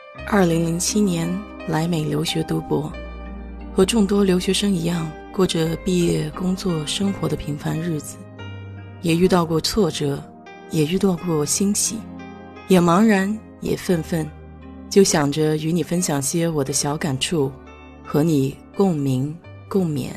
2007年来美留学读博，和众多留学生一样，过着毕业、工作、生活的平凡日子，也遇到过挫折，也遇到过欣喜，也茫然，也愤愤，就想着与你分享些我的小感触，和你共鸣共勉。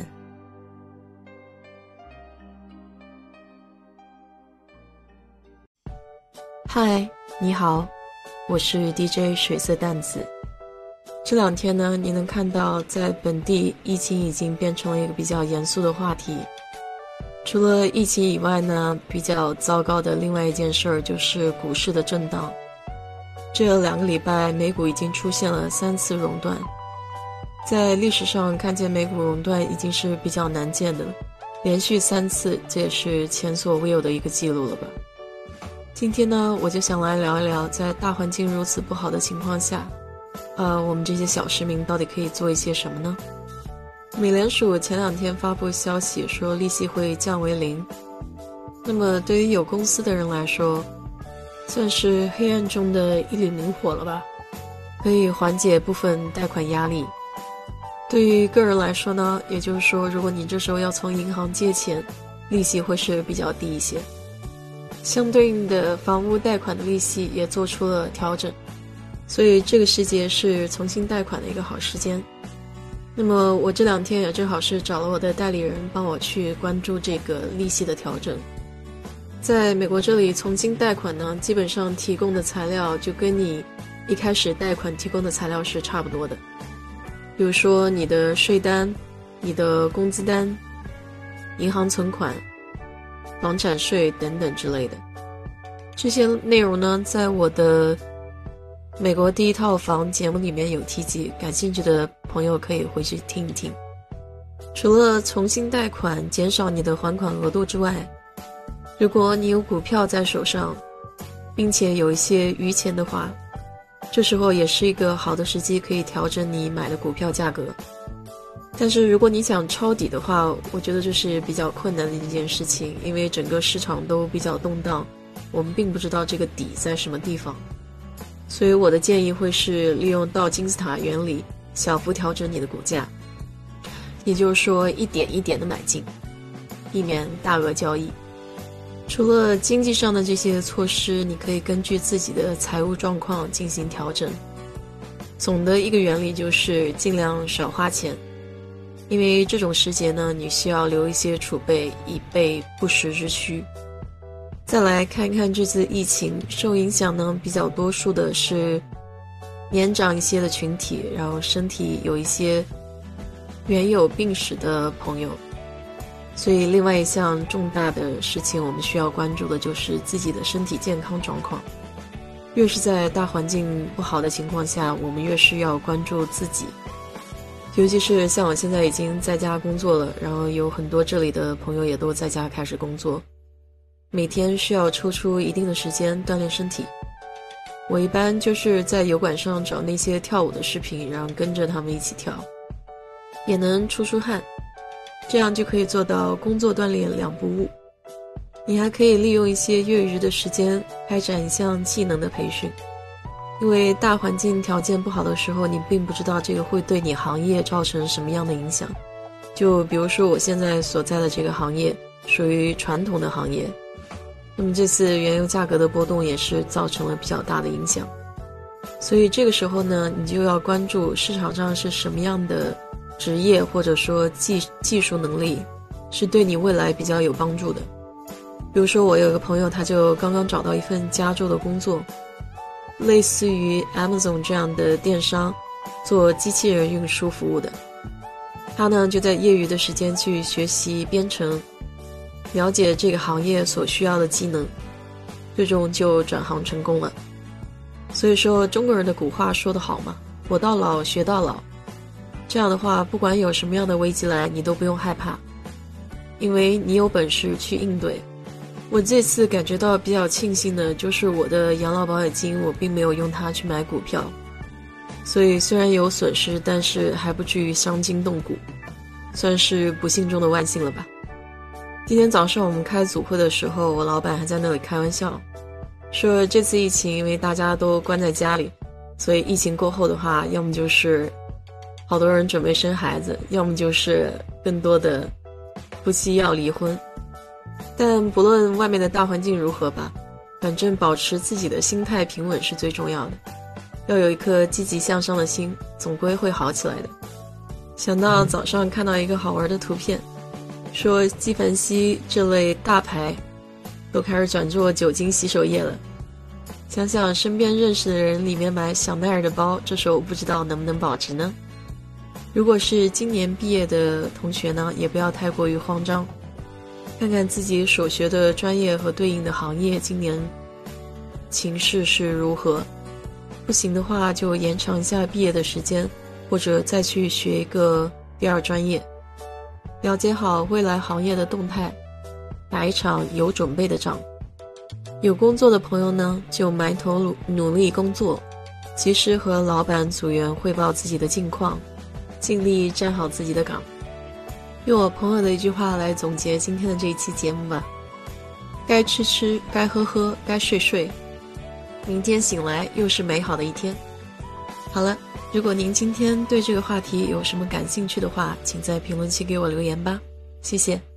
嗨，你好，我是 DJ 水色淡子。这两天呢，你能看到在本地疫情已经变成了一个比较严肃的话题。除了疫情以外呢，比较糟糕的另外一件事儿就是股市的震荡。这2个礼拜美股已经出现了3次熔断，在历史上看见美股熔断已经是比较难见的，连续3次，这也是前所未有的一个记录了吧。今天呢，我就想来聊一聊，在大环境如此不好的情况下，我们这些小市民到底可以做一些什么呢？美联储前2天发布消息说利息会降为0，那么对于有公司的人来说，算是黑暗中的一缕明火了吧，可以缓解部分贷款压力。对于个人来说呢，也就是说，如果你这时候要从银行借钱，利息会是比较低一些。相对应的房屋贷款的利息也做出了调整，所以这个时节是重新贷款的一个好时间。那么我这2天也正好是找了我的代理人帮我去关注这个利息的调整。在美国这里重新贷款呢，基本上提供的材料就跟你一开始贷款提供的材料是差不多的，比如说你的税单、你的工资单、银行存款、房产税等等之类的。这些内容呢，在我的美国第一套房节目里面有提及，感兴趣的朋友可以回去听一听。除了重新贷款减少你的还款额度之外，如果你有股票在手上，并且有一些余钱的话，这时候也是一个好的时机，可以调整你买的股票价格。但是如果你想抄底的话，我觉得这是比较困难的一件事情，因为整个市场都比较动荡，我们并不知道这个底在什么地方。所以我的建议会是利用道金字塔原理，小幅调整你的股价，也就是说一点一点的买进，避免大额交易。除了经济上的这些措施，你可以根据自己的财务状况进行调整。总的一个原理就是尽量少花钱，因为这种时节呢，你需要留一些储备，以备不时之需。再来看看这次疫情受影响呢，比较多数的是年长一些的群体，然后身体有一些原有病史的朋友。所以另外一项重大的事情我们需要关注的就是自己的身体健康状况。越是在大环境不好的情况下，我们越是要关注自己。尤其是像我现在已经在家工作了，然后有很多这里的朋友也都在家开始工作，每天需要抽出一定的时间锻炼身体。我一般就是在油管上找那些跳舞的视频，然后跟着他们一起跳，也能出汗，这样就可以做到工作锻炼2不误。你还可以利用一些业余的时间开展一项技能的培训，因为大环境条件不好的时候，你并不知道这个会对你行业造成什么样的影响。就比如说我现在所在的这个行业属于传统的行业，那么这次原油价格的波动也是造成了比较大的影响。所以这个时候呢，你就要关注市场上是什么样的职业或者说技术能力是对你未来比较有帮助的。比如说我有一个朋友，他就刚刚找到一份加州的工作，类似于 Amazon 这样的电商，做机器人运输服务的。他呢就在业余的时间去学习编程，了解这个行业所需要的技能，最终就转行成功了。所以说中国人的古话说得好嘛，活到老学到老。这样的话，不管有什么样的危机来，你都不用害怕，因为你有本事去应对。我这次感觉到比较庆幸的就是我的养老保险金，我并没有用它去买股票，所以虽然有损失，但是还不至于伤筋动骨，算是不幸中的万幸了吧。今天早上我们开组会的时候，我老板还在那里开玩笑，说这次疫情因为大家都关在家里， 所以疫情过后的话，要么就是好多人准备生孩子，要么就是更多的夫妻要离婚。但不论外面的大环境如何吧，反正保持自己的心态平稳是最重要的，要有一颗积极向上的心，总归会好起来的。想到早上看到一个好玩的图片，说纪梵希这类大牌都开始转做酒精洗手液了。想想身边认识的人里面买香奈儿的包，这手不知道能不能保值呢？如果是今年毕业的同学呢，也不要太过于慌张，看看自己所学的专业和对应的行业今年情势是如何，不行的话就延长一下毕业的时间，或者再去学一个第二专业，了解好未来行业的动态，打一场有准备的仗。有工作的朋友呢，就埋头努力工作，及时和老板组员汇报自己的近况，尽力站好自己的岗。用我朋友的一句话来总结今天的这一期节目吧：该吃吃，该喝喝，该睡睡，明天醒来又是美好的一天。好了，如果您今天对这个话题有什么感兴趣的话，请在评论区给我留言吧，谢谢。